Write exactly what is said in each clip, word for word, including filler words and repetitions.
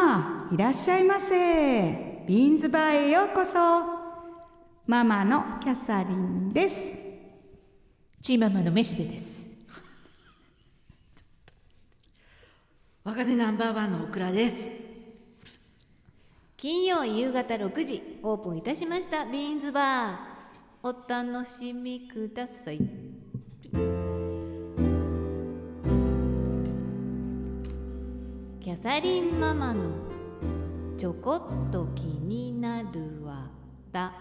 様いらっしゃいませ。ビーンズバーへようこそ。ママのキャサリンです。 チーママのめしべです。 若手ナンバーワンのオクラです。 金曜夕方ろくじオープンいたしましたビーンズバー、お楽しみください。キャサリンママのちょこっと気になる話題。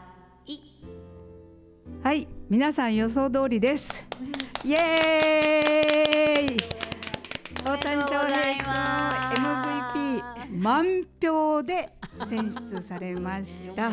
はい、皆さん予想通りです。イエーイ。大谷翔平君 エムブイピー 満票で選出されました。はい、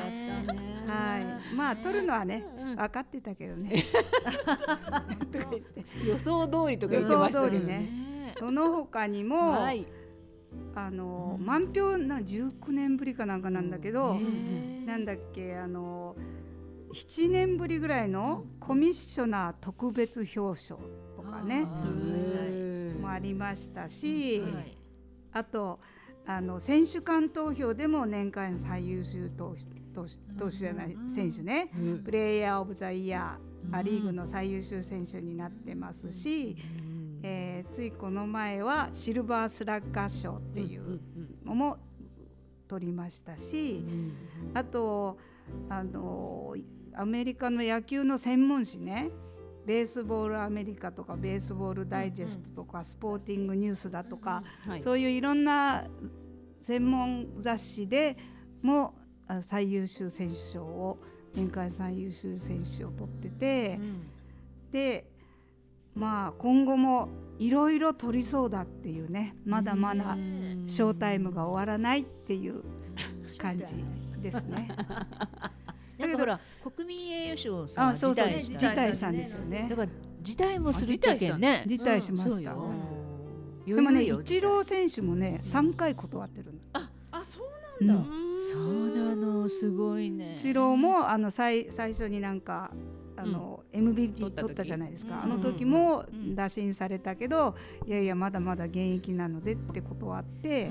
まあ取るのはね分かってたけどねとか言って予想通りとか言ってました予想通りね。その他にも、はい、あの満票なじゅうきゅうねんぶりかなんかなんだけど、なんだっけ、あのななねんぶりぐらいのコミッショナー特別表彰とかねもありましたし、はい、あとあの選手間投票でも年間最優秀投手、投手、投手じゃない選手ね、うん、プレイヤーオブザイヤー、アリーグの最優秀選手になってますし、うんえー、ついこの前はシルバースラッガー賞っていうのも取りましたし、あとあのアメリカの野球の専門誌ね、ベースボールアメリカとかベースボールダイジェストとかスポーティングニュースだとか、はい、そういういろんな専門雑誌でも最優秀選手賞を年間最優秀選手賞を取ってて、うん、でまあ今後もいろいろ取りそうだっていうね、まだまだショータイムが終わらないっていう感じですねだけどほら国民栄誉賞をさ辞退辞退したんですよね。 だから辞退もするっちゃけんね。 辞退しました。でもね、イチロー選手もねさんかい断ってるの。 あ、あ、そうなんだ。 そうなの、すごいね。 イチローもあの 最, 最初になんかあの、うん、エムブイピー 取ったじゃないですか。あの時も打診されたけど、いやいやまだまだ現役なのでって断って、うん、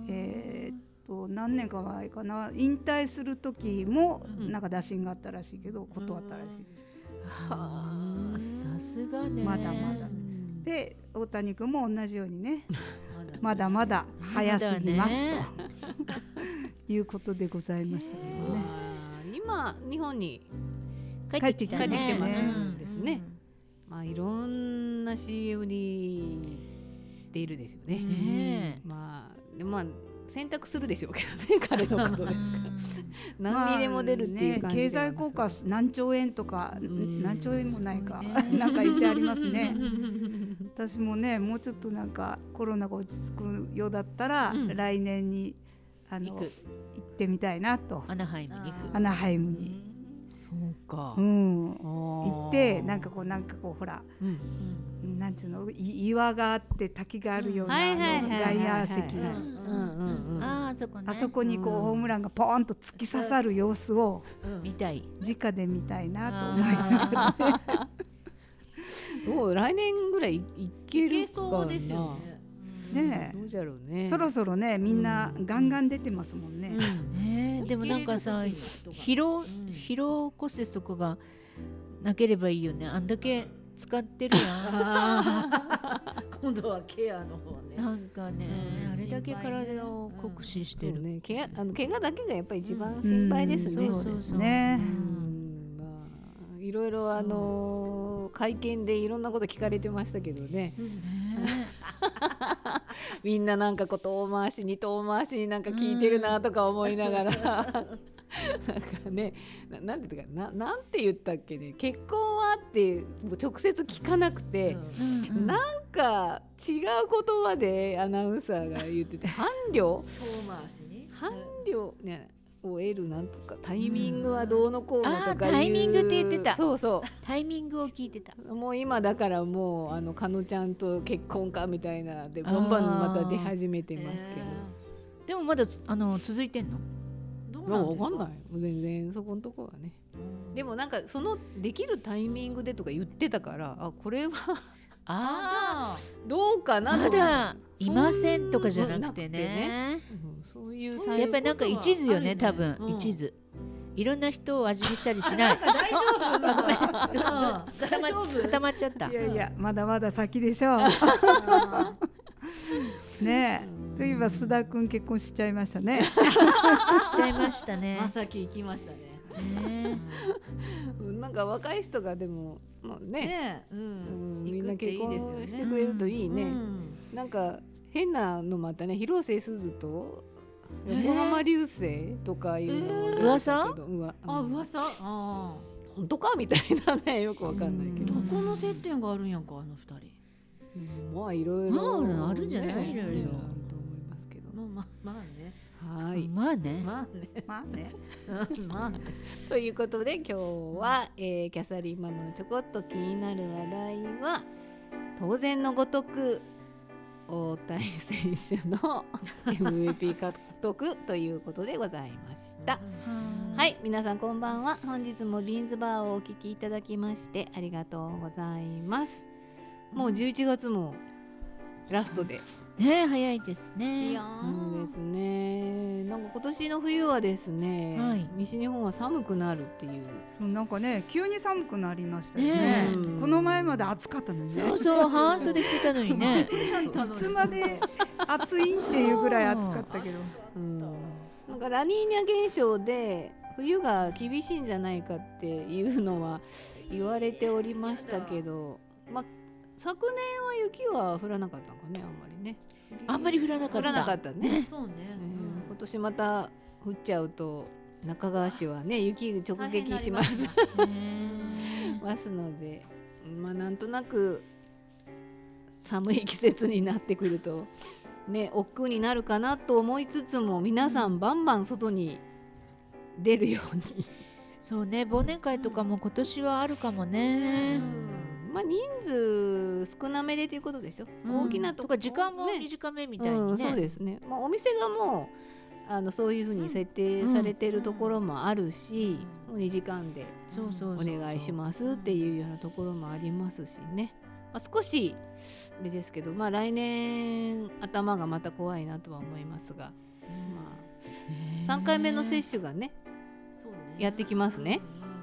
えー何年か前かな、引退する時もなんか打診があったらしいけど断ったらしいです。 はあ、さすがね。 まだまだで、大谷君も同じようにねまだまだ早すぎます、ね、ということでございましたけどね。 今日本に帰ってきてますね。 ですね。まあいろんな シーエム に出るですよね。ねまあでもまあ選択するでしょうけどね、彼のことですから何にでも出るっていう感じで、 ね、経済効果何兆円とか何兆円もないかなんか言ってありますね私もねもうちょっとなんかコロナが落ち着くようだったら、うん、来年にあの行ってみたいなと。 アナハイムに行く。 アナハイムにそうか、 うん、行ってなんかこうなんかこうほら、うんうん、なんていうの、岩があって滝があるような外野席、あそこにこうホームランがポーンと突き刺さる様子を見たい、 直で見たいなと思いながらねどう来年ぐらいいけるかな。 そうですよね。 ねえ、 どうじゃろうね。 そろそろねみんなガンガン出てますもんね。 うんねえ、でもなんかさ疲労疲労骨折とかがなければいいよね。あんだけ使ってるやん今度はケアの方ね。 なんかね、うん、あれだけ体を酷使してる、 うんね、怪我、あの怪我だけがやっぱり一番心配ですね。 そうですね。 いろいろあのー、会見でいろんなこと聞かれてましたけどね、うん、ねみんななんかこう遠回しに遠回しになんか聞いてるなとか思いながらなんかね、な, なんて言ったか な, なんて言ったっけね、結婚はって直接聞かなくて、うんうん、なんか違う言葉でアナウンサーが言ってて伴侶遠回しに伴侶ねを得るなんとかタイミングはどうのこうのとかいう、 タイミングって言ってた。 そうそうタイミングを聞いてた。 もう今だからもうあのかのちゃんと結婚かみたいなでバンバンまた出始めてますけど、 でもまだあの続いてんの？ どうなんですか？わかんない全然そこのとこはね。でもなんかそのできるタイミングでとか言ってたから、あこれはああ、 どうかな。 まだいませんとかじゃなくてね、 そういうやっぱりなんか一途よね、多分一途。いろんな人を味見したりしない。 大丈夫固ま固まっちゃった。 いやいや、まだまだ先でしょう。ねえ、といえば須田くん結婚しちゃいましたね。 しちゃいましたね。 まさき行きましたね。 ね、 なんか若い人がでももうね、 ね、うん、 みんな結婚してくれるといいね。なんか変なのもあったね。広瀬すずと横浜流星とかいうのも噂？ あ、噂？あ、 本当かみたいなね、よくわかんないけど。 どこの接点があるんやんか、あの二人。 まあいろいろあるんじゃない？いろいろあると思いますけど。 まあまあね。 はい。 まあね。 まあね。 まあね。 まあね。 ということで今日は、えー、キャサリンママのちょこっと気になる話題は当然のごとく大谷選手の エムブイピー 獲得ということでございました。はい、皆さんこんばんは。本日もビーンズバーをお聞きいただきましてありがとうございます。もうじゅういちがつもラストで。 ね、早いですね。 いやーですね。なんか今年の冬はですね、はい、西日本は寒くなるっていう。 なんかね、急に寒くなりましたよね。ね、この前まで暑かったのにね。 そうそう、半袖着てたのにね。いつまで暑いっていうぐらい暑かったけど。 うん、なんかラニーニャ現象で冬が厳しいんじゃないかっていうのは言われておりましたけど、まあ昨年は雪は降らなかったのかね、あんまりね。 あんまり降らなかった。 降らなかったね。 そうね。 うん、今年また降っちゃうと中川市はね雪直撃しますますので、まあなんとなく寒い季節になってくるとね億劫になるかなと思いつつも、皆さんバンバン外に出るように。 そうね、忘年会とかも今年はあるかもね。 まあ、人数少なめでということでしょ、うん、大きなとこか時間も短めみたいにね、うん、 そうですね、まあ、お店がもうあのそういうふうに設定されているところもあるし、うん、もうにじかんでお願いしますっていうようなところもありますしね、まあ、少しあれですけど、まあ、来年頭がまた怖いなとは思いますが、まあ、さんかいめの接種がねやってきますね。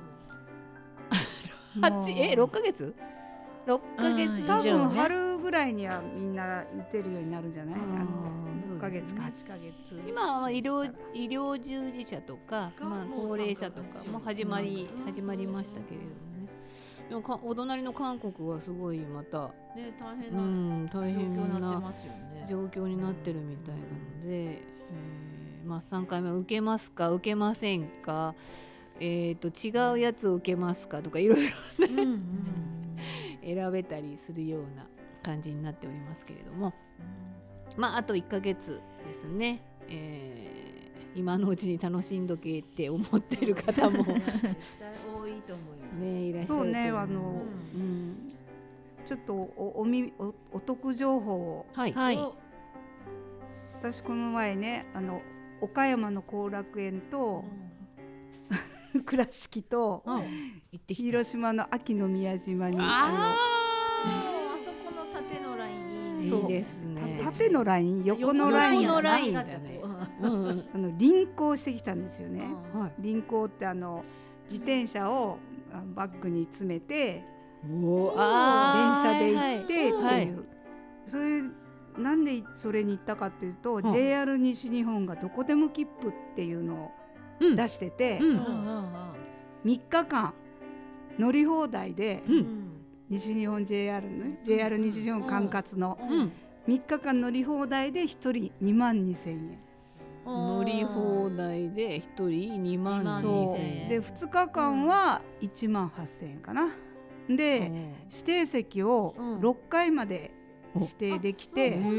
えろっかげつろっかげつ、 多分春ぐらいにはみんな打てるようになるんじゃない？あのろっかげつかはちかげつ。 今は医療医療従事者とか、まあ、高齢者とかも始まり始まりましたけれどもね。でもかお隣の韓国はすごいまた、 ね、大変な、 うん、大変な状況になってるみたいなので、えーまあ、さんかいめ受けますか受けませんか、えー、と違うやつを受けますかとかいろいろね、うんうん選べたりするような感じになっておりますけれども、うん、まああといっかげつですね、えー、今のうちに楽しんどけって思ってる方も多いと思いますね、いらっしゃるとそうね、あの、うん、ちょっと お, お, み お, お得情報を、 はいはい、 私この前ね、あの岡山の後楽園と、うん、倉敷と、うん広島の秋の宮島に、 ああそこの縦のラインいいね。 いいですね。 縦のライン、横のライン、 横のラインだね。 あの輪行してきたんですよね。輪行ってあの自転車をバッグに詰めて電車で行ってっていう、はい、それなんでそれに行ったかっていうと、うん、ジェイアール 西日本がどこでも切符っていうのを出してて、うんうん、みっかかん乗り放題で、うん、西日本 ジェイアール ね ジェイアール 西日本管轄の、うん、みっかかん乗り放題でひとりにまんにせんえん。 乗り放題でひとりにまんにせんえんでふつかかんはいちまんはっせんえんかな。で、うん、指定席をろっかいまで指定できて、うん、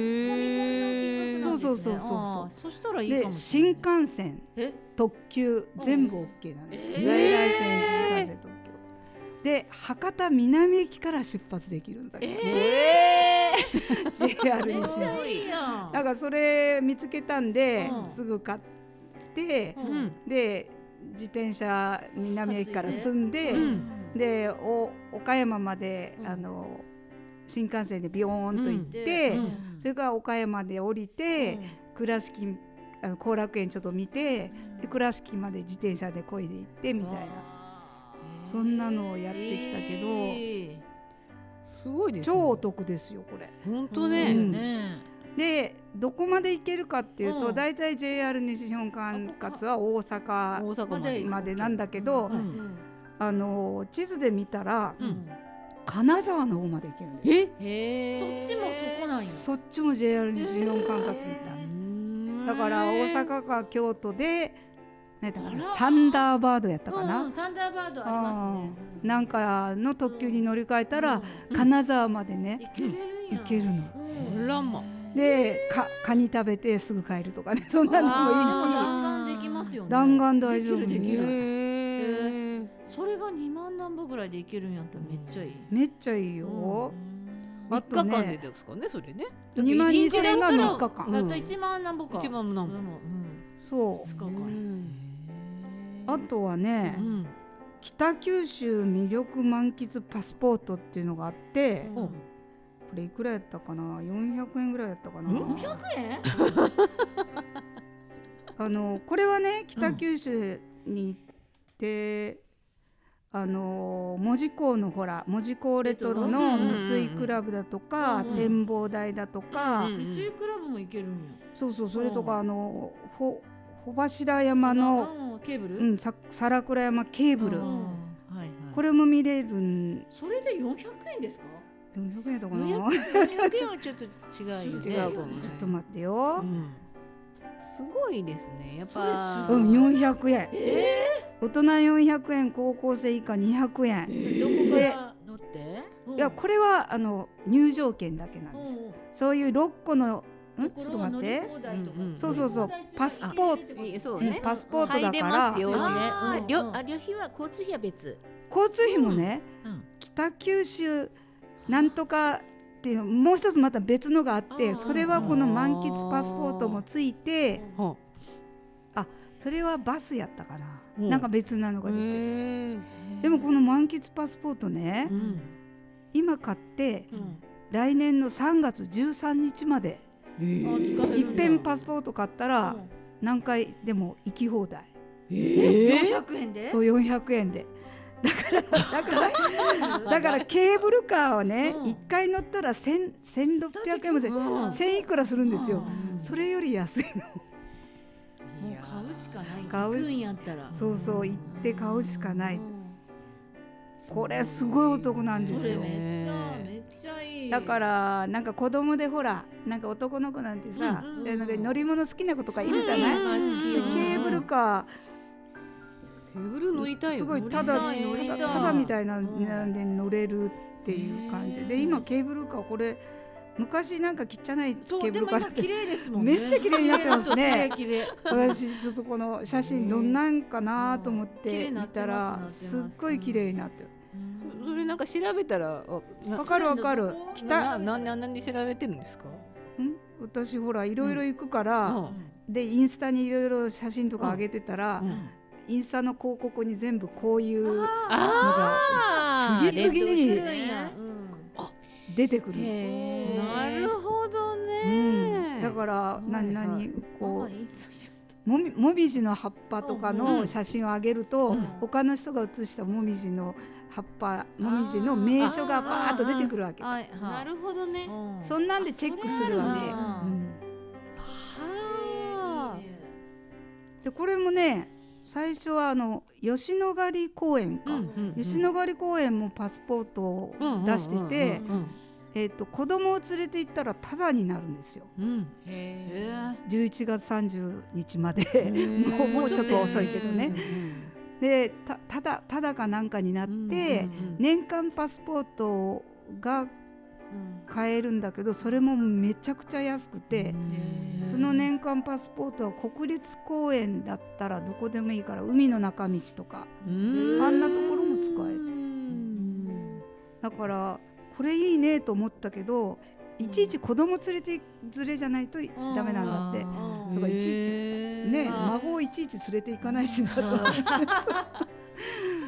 そうそうそうそうそしたらいいかもしれない。 で新幹線特急全部 OK なんです。在来線新幹線特急で博多南駅から出発できるんだけど、えー、ジェイアール 西日本だからそれ見つけたんで、うん、すぐ買って、うん、で自転車南駅から積んで、うん、でお岡山まで、うん、あの新幹線でビヨーンと行って、うんうん、それから岡山で降りて、うん、倉敷あの後楽園ちょっと見て、うん、で倉敷まで自転車で漕いで行ってみたいな、そんなのをやってきたけど、えー、すごいですね。 超お得ですよこれ。 本当ね、うん、 でどこまで行けるかっていうと、だいたい ジェイアール 西日本管轄は大阪までなんだけど、うんうん、あの地図で見たら、うん、金沢の方まで行けるんです。 えそっちもそこなんや。 そっちも ジェイアール 西日本管轄みたい。だから大阪か京都で、ね、だからサンダーバードやったかな、 うん、サンダーバードありますね、 うん、なんかの特急に乗り換えたら、うん、金沢までね、 うん、 行けるの、 うん、ランマでかカニ食べてすぐ帰るとかね、そんなのもいいし、 弾丸できますよね。 弾丸大丈夫できるできる。 へー、それがにまんなんぼぐらいで行けるんやったらめっちゃいい。 めっちゃいいよ、 うん、あとね、みっかかんでですかね、それね。 にまんにせんえんがみっかかん。 だったらいちまんなんぼか。 いちまんなんぼ。 そう。あとはね、うん、北九州魅力満喫パスポートっていうのがあって、うん、これいくらやったかな、よんひゃくえんぐらいやったかな。 よんひゃくえん？ あのこれはね、北九州に行って、うん、あの門司港のほら門司港レトロの三井クラブだとか、うんうん、展望台だとか、 うんうん、三井クラブも行けるんや。 そうそう、それとか、うん、あのほ穂柱山の、 うん、ケーブル、 うん、さ皿倉山ケーブル、うんはいはい、これも見れるん。 それでよんひゃくえんですか？ よんひゃくえんだかな。 よんひゃくえんはちょっと違うよね。 違うかも。ちょっと待ってよ、うん、 すごいですね、やっぱ。 うん、よんひゃくえん、えー、大人よんひゃくえん、高校生以下にひゃくえん、えー、どこから乗って、 いやこれはあの入場券だけなんですよ、うん、そういうろっこのんちょっと待って、うんうん、そうそうそう、パスポート、そうね、パスポートだから入れますよね。あ、旅費は交通費は別。 交通費もね、うんうん、北九州なんとかっていうもう一つまた別のがあって、それはこの満喫パスポートもついて、あ、それはバスやったかな、なんか別なのが出て、でもこの満喫パスポートね、うん、今買って、うん、来年のさんがつじゅうさんにちまでいっぺんパスポート買ったら何回でも行き放題、 えー、よんひゃくえんで？ そう、よんひゃくえんで、だからだからだからケーブルカーをね、うん、いっかい乗ったらせんろっぴゃくえんもせん、うん、せんいくらするんですよ、うん、それより安いの。 もう買うしかない。 買うんやったら、 そうそう、行って買うしかない、うん、これすごいお得なんですよ。 めっちゃめっちゃいい。 だからなんか子供でほら、なんか男の子なんてさ、うんうんうん、なんか乗り物好きな子とかいるじゃない、うんうんうん、ケーブルカー、 ケーブル乗りたいよ、 すごいただただただみたいなんで乗れるっていう感じで、今ケーブルカーこれ昔なんか汚いケーブルカーだって、 綺麗ですもんね。 めっちゃ綺麗になってますね。 綺麗。 私ちょっとこの写真どんなんかなと思って見たら、すっごい綺麗になってる。 それなんか調べたらわかるわかる。 ななな何調べてるんですか？ ん？私ほらいろいろ行くから、でインスタにいろいろ写真とか上げてたら。インスタの広告に全部こういうのが次々に出てくる。 なるほどね、 うん、だから何々こうもみもみじの葉っぱとかの写真を上げると、うん、他の人が写したもみじの葉っぱ、もみじの名所がバーッと出てくるわけ。 なるほどね。 そんなんでチェックするわけ。でこれもね、最初はあの吉野ヶ里公園か、うんうんうん、吉野ヶ里公園もパスポートを出してて、えーと子供を連れて行ったらタダになるんですよ、うん、へじゅういちがつさんじゅうにちまでもう、もうちょっと遅いけどね、うんうん、で た, ただただかなんかになって、うんうんうん、年間パスポートが買えるんだけど、それもめちゃくちゃ安くて、その年間パスポートは国立公園だったらどこでもいいから、海の中道とかあんなところも使える。だからこれいいねと思ったけど、いちいち子供連れて連れじゃないとダメなんだって。だからいちいちね、孫をいちいち連れて行かないしなと。 違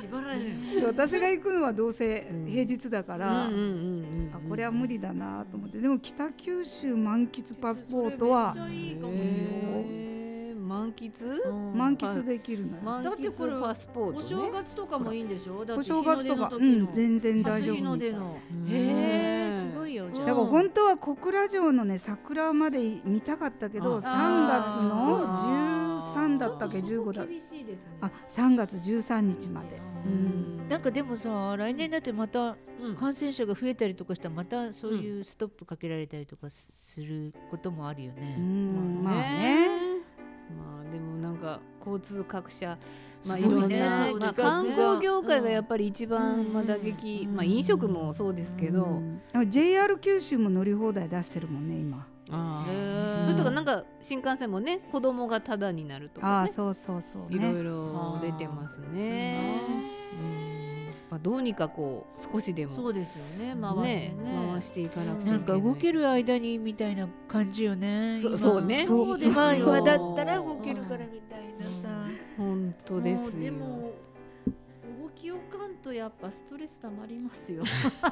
縛られる。 で私が行くのはどうせ平日だから、 うんうんうんうんあこれは無理だなと思って。でも北九州満喫パスポートはそれめっちゃいいかもしれない。 へー満喫満喫できるのよ。 満だってこれ喫パスポートおね。 正月とかもいいんでしょ。だってお正月とか、う日の出の時のん、全然大丈初日夫みたい。 の出の。 へえすごいよじゃあ。 だから本当は小倉城のね桜まで見たかったけど、 あさんがつのあーじゅうさんだったっけ、じゅうごだ。 厳しいですね。 あ、さんがつじゅうさんにちまで。うん。 なんかでもさ来年だってまたうん感染者が増えたりとかしたらまたそういうストップかけられたりとかすることもあるようね。 ん、まあね。 まあでもなんか交通各社まあすごいねいろんな、 そうまあ、 ですよね観光業界がやっぱり一番、 うんまあ、打撃、 うんまあ飲食もそうですけど、 うんあ ジェイアール 九州も乗り放題出してるもんね今。 あへーーそれとかなんか新幹線もね子供がタダになるとあかねあそうそうそういろいね。 ろ出てますね。うんまあ、どうにかこう少しでもそうですよね。回してね。 回していかなくちゃないんけない。 か動ける間にみたいな感じよね。 そ今そうねそうですよ今今だったら動けるからみたいなさ。 本当ですよ。 もうでも動きよかんとやっぱストレスたまりますよ。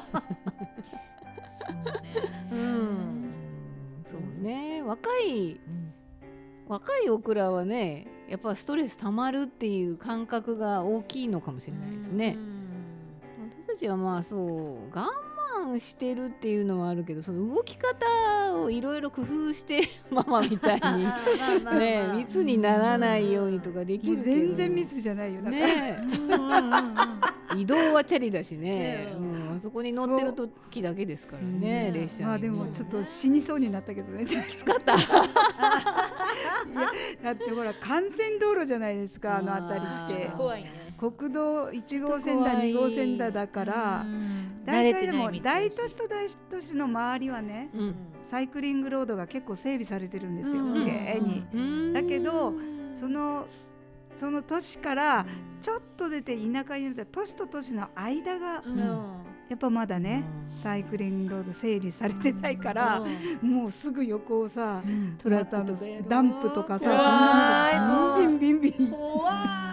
そうね。 うんそうね若いうん若いオクラはねやっぱストレスたまるっていう感覚が大きいのかもしれないですね。私たちはまあそう我慢してるっていうのはあるけどその動き方をいろいろ工夫してママみたいにね密にならないようにとかできもうるけど全然ミスじゃないよ。だからねうんうんうん移動はチャリだしねね、 うん、あそこに乗ってる時だけですからねそう列車に。 まあでもちょっと死にそうになったけどね。きつかった。だってほら幹線道路じゃないですかあの辺りって。 怖いね。 国道いち号線だに号線だだからう。ん大体でも慣れてないみたいだし大都市と大都市の周りはねうんサイクリングロードが結構整備されてるんですよ、 うん綺麗に。 うんだけどそのその都市からちょっと出て田舎に出た都市と都市の間がうんやっぱまだねうんサイクリングロード整理されてないからもうすぐ横をさうんトラックとかやろダンプとかさうわーそんなのビンビンビン怖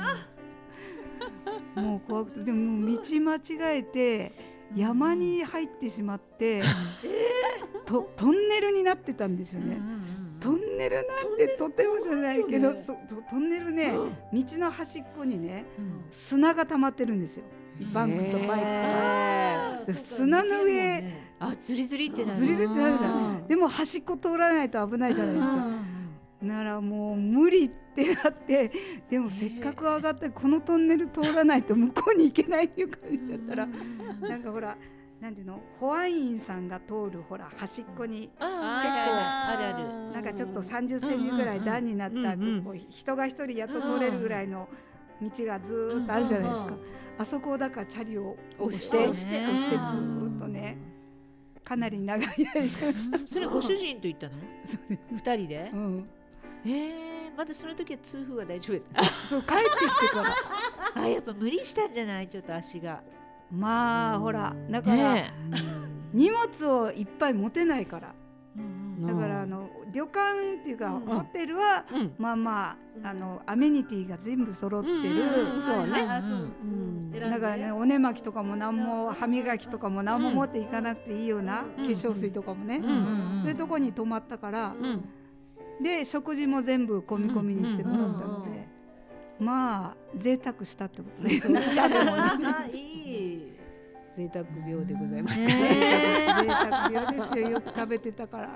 もう怖くてでももう道間違えて山に入ってしまってとトンネルになってたんですよね。トンネルなんてとてもじゃないけど、そそトンネルね、道の端っこにね砂が溜まってるんですよ。バンクとバイクとか。 へで砂の上あズリズリってなる。 ずりずりってなるじゃうんん。でも端っこ通らないと危ないじゃないですか。ならもう無理ってなって、でもせっかく上がってこのトンネル通らないと向こうに行けないっていう感じだったら、なんかほらなんていうの、保安員さんが通るほら端っこにあああるあるある。 なんかちょっとさんじゅっセンチぐらい段になった、 うんうんちょっとこう人が一人やっと通れるぐらいの道がずーっとあるじゃないですか。あそこをだからチャリを押して押押ししてて押してずーっとね、かなり長い間、 それご主人と行ったの？ そうです二人でう？ん、 ええまだその時は痛風は大丈夫だっそう帰ってきてからた。あやっぱ無理したんじゃない？ちょっと足が。 まあほらだから、 ね荷物をいっぱい持てないから、 え。 だからあの旅館っていうか、 うんホテルは、 うんまあまああのアメニティが全部揃ってる、 うんうんうんそうねあそううん選んでだからねおねまきとかも何も歯磨きとかも何も持っていかなくていいような、 うん化粧水とかもね、 うんそういうとこに泊まったから、 うんで食事も全部込み込みにしてもらったので、 うんうんまあ贅沢したってことですね。食べ物あいい贅沢病でございますかねね。 贅沢病ですよ、よく食べてたから。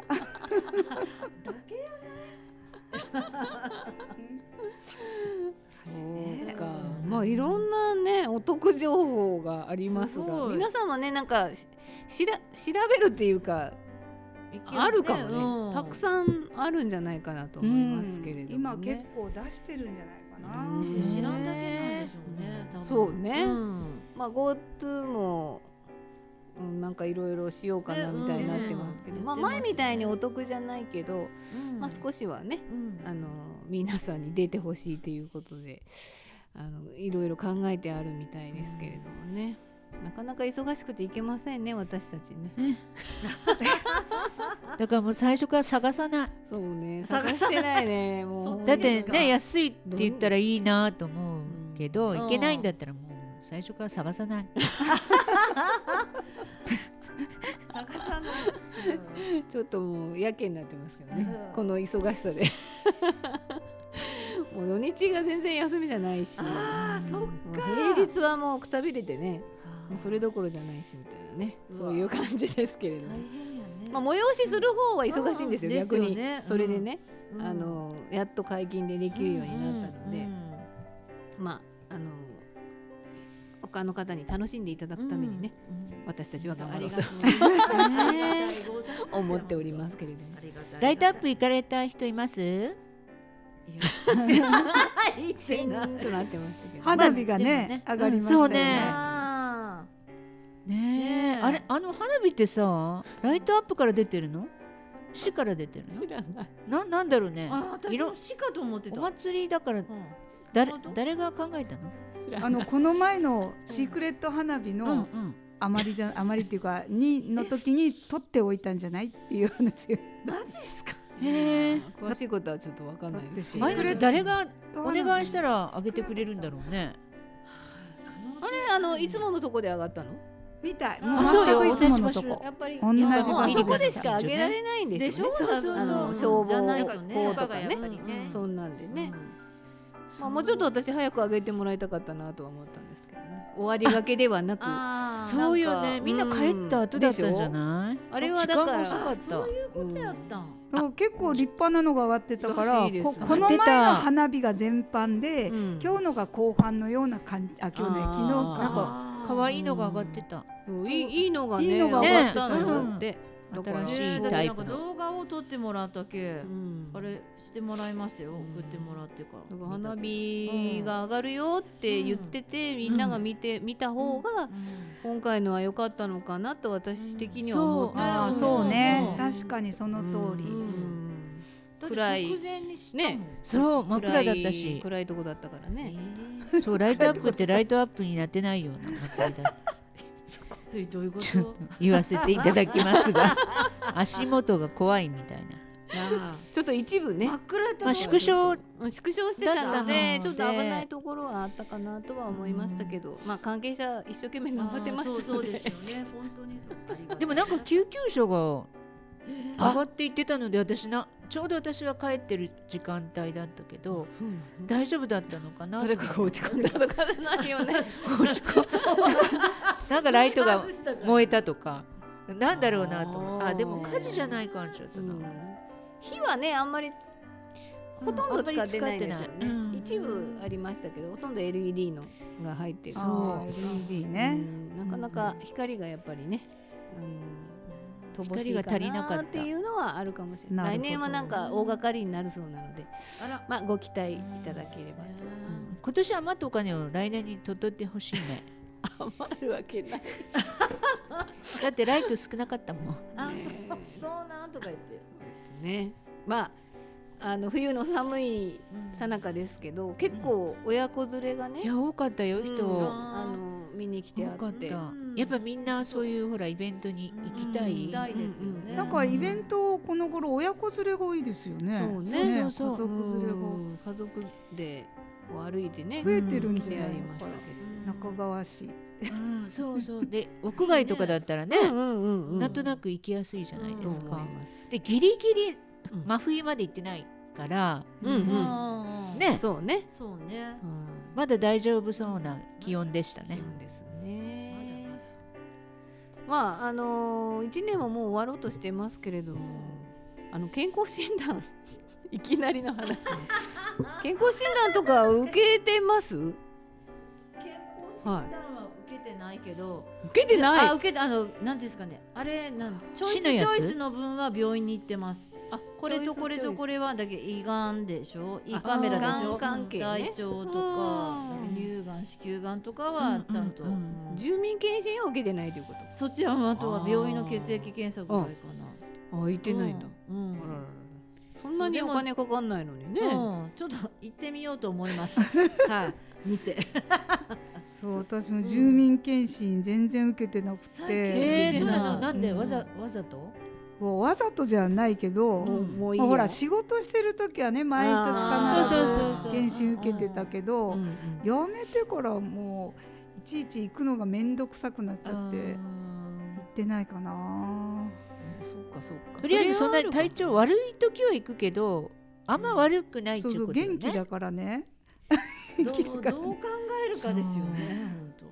そうか。まあいろんなねお得情報がありますが、 すごい皆さんもねなんかししら調べるっていうかあるかもね、たくさんあるんじゃないかなと思いますけれども今結ね。 構出してるんじゃないかな。 うん知らんだけなんでしょうね多分そうねうんまあ GoTo も、うん、なんかいろいろしようかなみたいになってますけど、まあねうん言ってますね前みたいにお得じゃないけど、 うんまあ少しはねうんあの皆さんに出てほしいということであのいろいろ考えてあるみたいですけれどもね、なかなか忙しくていけませんね私たちね。 だからもう最初から探さない。 そうね探さない探してないねもうだっそうですかてね安いって言ったらいいなと思うけど、 うんいけないんだったらもう最初から探さない。 探さない。 ちょっともうやけになってますけどね、 うん、 この忙しさでもう土日が全然休みじゃないし、 あー、そっか。 平日はもうくたびれてね、もうそれどころじゃないしみたいなね、そういう感じですけれども、 大変やね。 まあ、催しする方は忙しいんですよ、 うん逆に、 ですよね。 それでね、 うんあのやっと解禁でできるようになったので、 うんまああの他の方に楽しんでいただくためにね、 うん私たちは頑張ろうとありがとうございます。 ね思っておりますけれども、 ありがたいライトアップ行かれた人います？ シーンとなってましたけど、 花火がね、 まあ上がりましたよそうねね。 あねねええ、あれあの花火ってさ、ライトアップから出てるの？市から出てる知らない。 の？ななんだろうね。 ーあ、私色もしかと思ってた。 お祭りだからうん誰ちょうど誰が考えたの？ あのこの前のシークレット花火うんうのん。 あまりじゃあまりっていうかにの時に取っておいたんじゃないっていう話を。 マジっすか。 へえ。 詳しいことはちょっとわかんないですし、 だってああいうのって誰がお願いしたらあげてくれるんだろうね。 あれあのいつものとこで上がったの？ みたい。 あもうそうよ全くいつものと同じ場こ。 やっぱり同じ場所もうあそこででししたか上げられないんでですしょよね。。 そうそうそうあのうん消防じゃないとね法とかねやっぱりねそんなんでね、 うんまあもうちょっと私早く上げてもらいたかったなとは思ったんですけどね。終わりがけではなく、ああーそうよね。 なんかみんな帰った後だったんじゃない？ あれはだから時間が遅かった。 そういうことやったん。 だから結構立派なのが上がってたかららしいですここの前上がってたの花火が全般で、 うん今日のが後半のような感じ。あ今日ねあー昨日なんか。 か可愛いのが上がってた。 そういいいいのがねいいのが上上がっがったたのよのって、だから新しいねだってなんかタイプの動画を撮ってもらったけ、 うんあれしてもらいましたよ。 うん送ってもらってから。 だから花火が上がるよって言ってて、みんなが見て、見た方がうん今回のは良かったのかなと私的には思ってそうああます。 そうねうん確かにその通り。 うんだって暗い直前にしたもん。 ねそう真っ暗だったし。 暗いとこだったからね。 えそうライトアップってライトアップになってないような祭りだった。 ーそれどういうこちょっとと？ 言わせていただきますが、足元が怖いみたいな。 ちょっと一部ね真っ暗やったまあ縮小うん縮小してたのだったでのちょっと危ないところはあったかなとは思いましたけど、まあ関係者一生懸命頑張ってましたので、 そうそうですよね。本当にそう。ありがたいでもなんか救急車がえ上がっていってたので、私なちょうど私が帰ってる時間帯だったけど、 そうなの大丈夫だったのかな。 誰かが落ち込んだとかじゃないよね。 なんかライトが外したから燃えたとか、なんだろうなと思う。 あーあでも火事じゃない感じだったな。 うん火はねあんまりほとんど使ってないんですよね、 うんあんまり使ってないうん一部ありましたけどほとんど エルイーディー のが入ってるそうのエルイーディーでね。 うんなかなか光がやっぱりね、うん、乏しいか光が足りなかったなっていうのはあるかもしれない。 なるほど来年はなんか大掛かりになるそうなので、 あら。 まあご期待いただければと。 今年余ったお金を来年に取っといてほしいね。 余るわけない。 だってライト少なかったもん。 あ、 ねそうそうなんとか言って。 ですね。まああの冬の寒い最中ですけど、結構親子連れがねい、や多かったようん人。 あの見に来てあ多かっって。 たうん。 やっぱみんなそういうほらイベントに行きたい。 行きたいですよね。 なんかイベントこの頃親子連れが多いですよね。 そうねそうそう家族連れがうん家族でこう歩いてね、 増えてるん来てじゃないのかありましたな。 け中川市。 うんそうそうで屋外とかだったらね、 ど。うんうんうん。 なんとなく行きやすいじゃないですかと思い。ます。 でギリギリうん真冬まで行ってないから、 うんうん。 うんねそうね。 そうね。 うんまだ大丈夫そうな気温でしたね。 そうですね。まああのー、いちねんももう終わろうとしてますけれども、あの健康診断いきなりの話。健康診断とか受けてます？ 健康診断は受けてないけど、 受けてない。 あ、受けてあのなんですかね。あれなんチョイスチ市のやつョイスの分は病院に行ってます。 あ、 これとこれとこれはだけ胃がんでしょ、胃カメラでしょ、 あがん関係ね大腸とかうん乳がん子宮がんとかはちゃんと、 うんうんうん住民検診を受けてないというこそっちはあとは病院の血液検査ぐらいかな。 と。あ、行ってないんだ。 うん、うんあららららそんなにお金かかんないのにね。 うん、ちょっと行ってみようと思いました。はい、見て。 そう私も住民検診全然受けてなく最近て。 えー、そうなの。なんでうんわざわざと？ こうわざとじゃないけど、 もうもういいよ。 まあほら仕事してる時はね毎年あー必ずそうそうそうそう検診受けてたけど、 うんうんやめてからもうちいち行くのがめんどくさくなっちゃって行ってないかな。 そうかそうか。 とりあえずそんなに体調悪い時は行くけどあんま悪くないっていうことよね。 そうそう元気だからね。 どうどう考えるかですよね。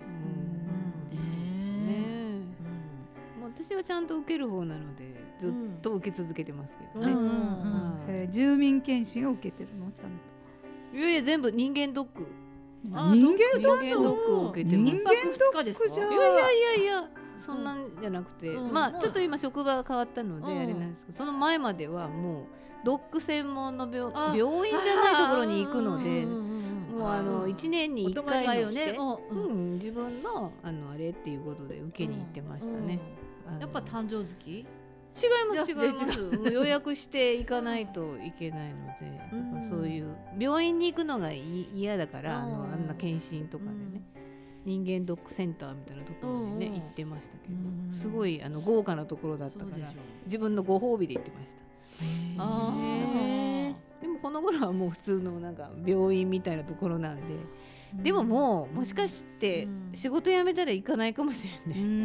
私はちゃんと受ける方なのでずっと受け続けてますけどね。 えー、住民検診を受けてるのちゃんと。 いやいや全部人間ドック。 人間ドックを受けてます。 人間ドックじゃ。 いやいやいやいやそんなんじゃなくて、うん、まあちょっと今職場が変わったのであれなんですけど、その前まではもうドック専門の 病, 病院じゃないところに行くので、もうあのいちねんにいっかいのして、うん、自分のあのあれっていうことで受けに行ってましたね。 やっぱ誕生月？違います違います。予約して行かないといけないので、やっぱそういう病院に行くのが嫌だから、あのあんな検診とかでね、人間ドックセンターみたいなところにね行ってましたけど、すごいあの豪華なところだったから自分のご褒美で行ってました。あでもこの頃はもう普通のなんか病院みたいなところなんで。でももうもしかして仕事辞めたら行かないかもしれない、うん、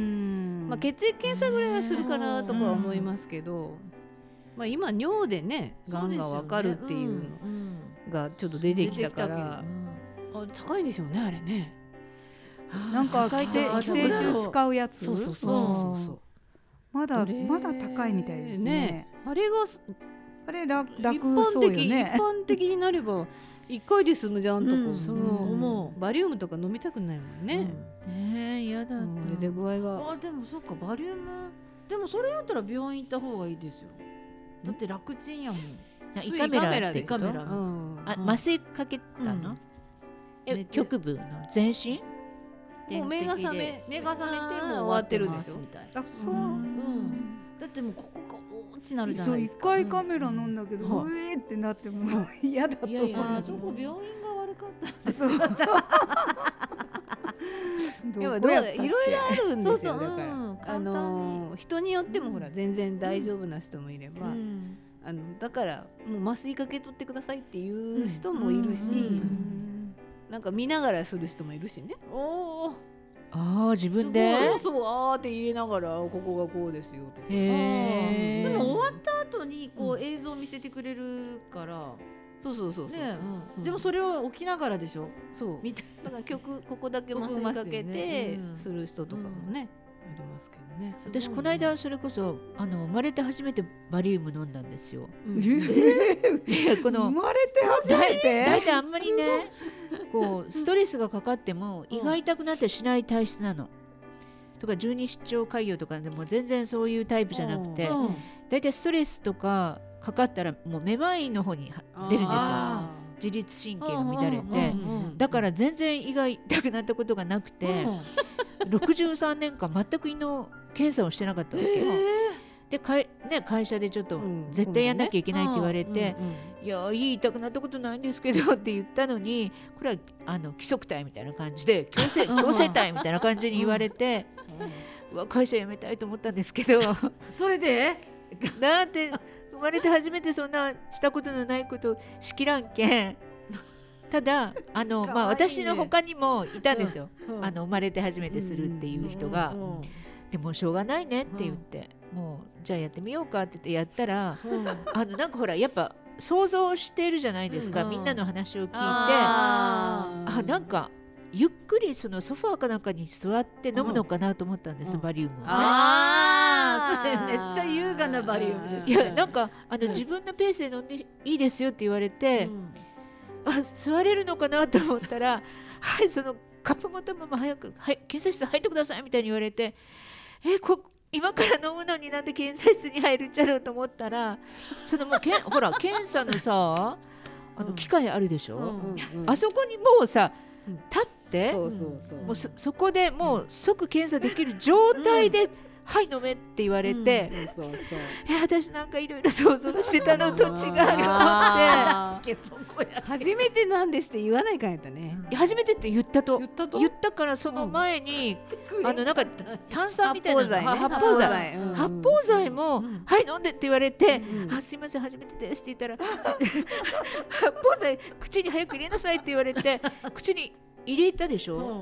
まあ血液検査ぐらいはするかなとかは思いますけど、まあ、今尿でねがんが分かるっていうのがちょっと出てきたから、あ高いんでしょうねあれね。 なんか寄生虫使うやつ、 そうそうそうそうまだまだ高いみたいですね。 あれがあれ楽そうよね。 一般的になれば一回で済むじゃんとか、 うん、そう思うバリウムとか飲みたくないもんね。 うん、ねえ嫌だ。 これで具合が。 あでもそっかバリウムでもそれやったら病院行った方がいいですよ。だって楽ちんやもん。 胃カメラでカメラ。 あ麻酔かけたの？え局部の全身？ もう目が覚め目が覚めてもう終わってるんでしょ。 あそう。 だってもうここが落ちなるじゃないですか。 そう一回カメラ飲んだけど、うん、うえーってなってもう嫌だと思う。 いやいやあそこ病院が悪かったそうそういろいろあるんですよ。 そうそうだから、うん、あの人によってもほら全然大丈夫な人もいれば、うん、あのだからもう麻酔かけとってくださいっていう人もいるし、うん、なんか見ながらする人もいるしね。 おーああ自分でそうそうあーって言いながらここがこうですよとか。 へでも終わった後にこう映像を見せてくれるから、 そうそうそうそう、 ねうん、でもそれを起きながらでしょ。 そうみたいだから曲ここだけ麻酔かけてする人とかもね、ありますけどね。 私この間それこそあの生まれて初めてバリウム飲んだんですよ。 うん、この生まれて初めてだいたいあんまりねこうストレスがかかっても胃が痛くなってしない体質なの。とか十二指腸潰瘍とかでも全然そういうタイプじゃなくて、だいたいストレスとかかかったらもうめまいの方に出るんですよ。自律神経が乱れて、だから全然胃が痛くなったことがなくて、ろくじゅうさんねんかん全く胃の検査をしてなかったわけよ。でかい、ね、会社でちょっと絶対やんなきゃいけないって言われて、いや胃痛くなったことないんですけどって言ったのに、これはあの規則体みたいな感じで強制強制体みたいな感じに言われて、うわ会社辞めたいと思ったんですけどそれでだって生まれて初めてそんなしたことのないことをしきらんけん。ただあの、まあ、私の他にもいたんですよ、うんうん、あの生まれて初めてするっていう人が、うんうんうん、でもしょうがないねって言って、うん、もうじゃあやってみようかって言ってやったら、うん、あのなんかほらやっぱ想像しているじゃないですか、うん、みんなの話を聞いて、ああなんかゆっくりそのソファーかなんかに座って飲むのかなと思ったんです、うん、バリウムをね。 ああそれめっちゃ優雅なバリウムですね。 いやなんかあの、うん、自分のペースで飲んでいいですよって言われて、うんあ座れるのかなと思ったらはいそのカップ持ったまま早く、はい、検査室入ってくださいみたいに言われてえこ今から飲むのになんで検査室に入るんじゃろうと思ったらそのもうけほら検査のさあの機械あるでしょ、うんうんうん、あそこにもうさ立ってそうそうそうもう そ, そこでもう即検査できる状態で、うんはい飲めって言われて、うん、そうそういや私なんかいろいろ想像してたのと違うと思って初めてなんですって言わないかんやったね、 うん、初めてって言ったと言ったと言ったからその前に、うん、あのなんか炭酸みたいな発泡剤、ね、発泡剤も、うん、はい飲んでって言われて、うん、あすいません初めてですって言ったら発泡剤口に早く入れなさいって言われて口に入れたでしょ、うん、だ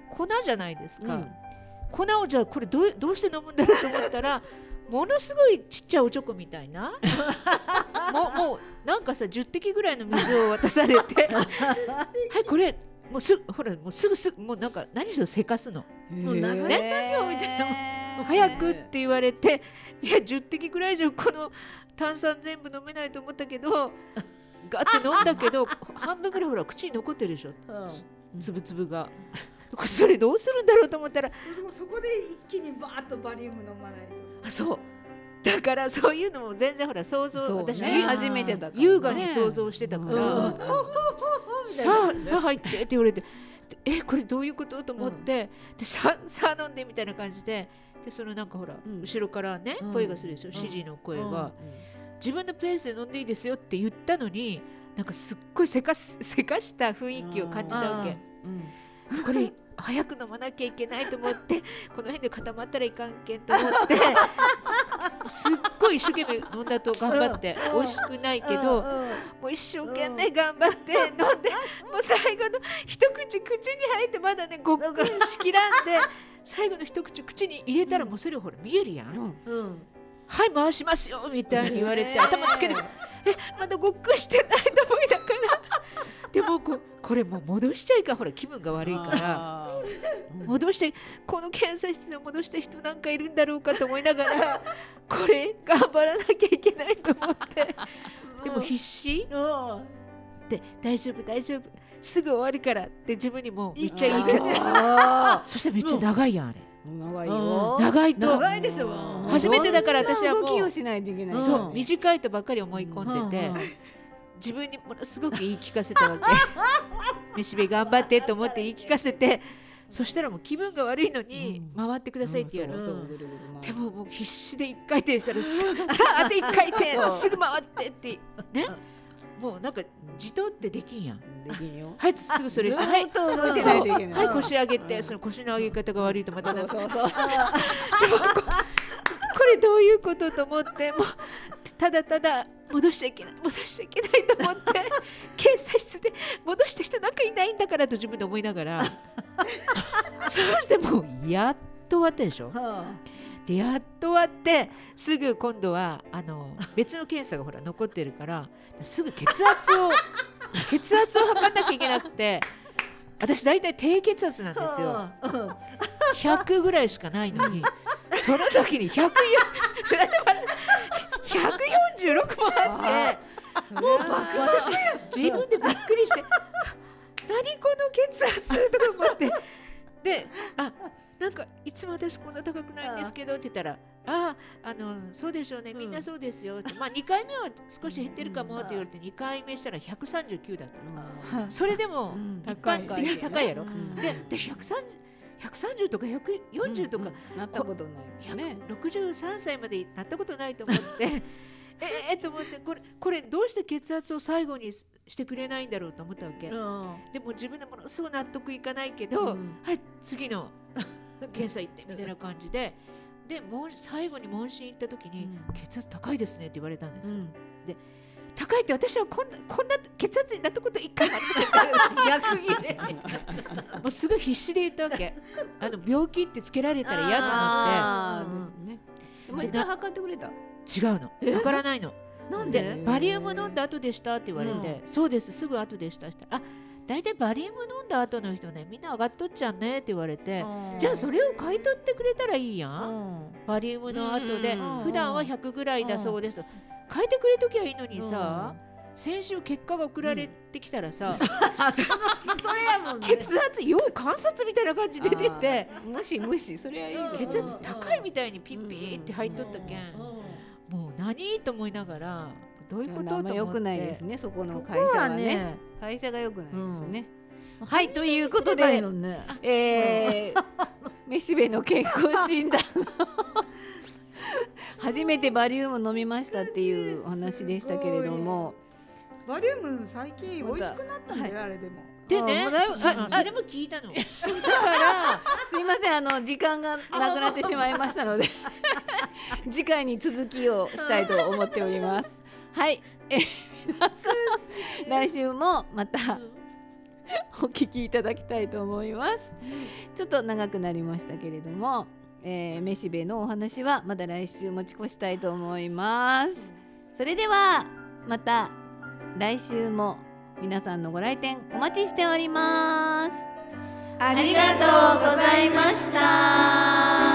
粉じゃないですか、 うん、 粉をじゃあこれどう、どうして飲むんだろうと思ったらものすごいちっちゃいおちょこみたいなもう、もうなんかさじゅってきぐらいの水を渡されてはいこれもうすぐほらもうすぐすぐもうなんか何しろせかすのもう流れ作業みたいな、 早くって言われていやじゅってきぐらいじゃこの炭酸全部飲めないと思ったけどガッて飲んだけど半分ぐらいほら口に残ってるでしょ、うん、つぶつぶがそれどうするんだろうと思ったらそこで一気にバーッとバリウム飲まないと。 あそうだからそういうのも全然ほら想像、 ね、 私初めてだから、ね、 優雅に想像してたから、うん、さあさあ入ってって言われてえこれどういうことと思って、うん、でささあ飲んでみたいな感じででそのなんかほら、うん、後ろからね、うん、声がするでしょ、うん、指示の声が、うん、自分のペースで飲んでいいですよって言ったのになんかすっごいせかすせかした雰囲気を感じたわけ、うん、これ早く飲まなきゃいけないと思ってこの辺で固まったらいかんけんと思ってすっごい一生懸命飲んだと頑張って美味しくないけどもう一生懸命頑張って飲んでもう最後の一口口に入ってまだねごっくんしきらんで最後の一口口に入れたらもうそれほら見えるやん、うんうん、はい回しますよみたいに言われて頭つけてえまだごっくんしてないと思いながらでも こ, これもう戻しちゃいかほら気分が悪いから戻してこの検査室で戻した人なんかいるんだろうかと思いながらこれ頑張らなきゃいけないと思ってでも必死で大丈夫大丈夫すぐ終わるからって自分にもめっちゃ言い方そしてめっちゃ長いやんあれ長いよ長いと長いですよ初めてだから私はもう動きをしないといけない、 そう短いとばっかり思い込んでて自分にものすごく言い聞かせたわけ飯べ頑張ってと思って言い聞かせてそしたらもう気分が悪いのに回ってくださいって言われる、うん、でももう必死で一回転したらさああと一回転すぐ回ってってねもうなんか自動ってできんやんできんよはいすぐそれしてはい、はい腰上げてその腰の上げ方が悪いとまたなんかそうそうそうでも こ, これどういうことと思ってもうただただ戻しちゃいけない戻しちゃいけないと思って検査室で戻した人なんかいないんだからと自分で思いながらそうしてもうやっと終わったでしょ、はあ、でやっと終わってすぐ今度はあの別の検査がほら残ってるからすぐ血圧を血圧を測んなきゃいけなくて私大体低血圧なんですよ、はあ、ひゃくぐらいしかないのにその時にひゃくよんじゅうろくもあってもう私自分でびっくりして何この血圧とか思ってであなんかいつも私こんな高くないんですけどって言ったらああのそうでしょうねみんなそうですよって、うん、まあにかいめは少し減ってるかもって言われてにかいめしたらひゃくさんじゅうきゅうだったの、うん、それでも一般的に高いやろ、うん、で, でひゃくさんじゅうひゃくさんじゅうとかひゃくよんじゅうとか、うんうん、 なったことないよねろくじゅうさんさいまでなったことないと思ってえー、と思ってこれこれどうして血圧を最後にしてくれないんだろうと思ったわけ、うん、でも自分でものすごい納得いかないけど、うん、はい次の検査行ってみたいな感じででもう最後に問診行った時に、うん、血圧高いですねって言われたんですよ、うん、で高いって私はこんなこんな血圧になったこと一回もありませんから逆にねもうすごい必死で言ったわけあの病気ってつけられたら嫌と思って、うん、 ですね、もう一回測ってくれた違うの分からないのなんでバリウム飲んだ後でしたって言われて、うん、そうですすぐ後でしたしたあだいたいバリウム飲んだ後の人ねみんな上がっとっちゃんねって言われてじゃあそれを買い取ってくれたらいいやんバリウムの後で普段はひゃくぐらいだそうですと変えてくれときゃいいのにさ先週結果が送られてきたらさ、うん、それやもんね、血圧要観察みたいな感じで出てて無視無視それはいい血圧高いみたいにピッピーって入っとったけんもう何と思いながらどういうことと思って良くないですねそこの会社はね、ね会社が良くないですね、うん、はいということで、ねえー、めしべの健康診断初めてバリウム飲みましたっていうお話でしたけれどもバリウム最近美味しくなったんだよ、はい、あれでもでねそれも聞いたのだからすいませんあの時間がなくなってしまいましたので次回に続きをしたいと思っておりますはい、えー、皆さん来週もまたお聞きいただきたいと思います。ちょっと長くなりましたけれども、えー、めしべのお話はまだ来週持ち越したいと思います。それではまた来週も皆さんのご来店お待ちしております。 ありがとうございました。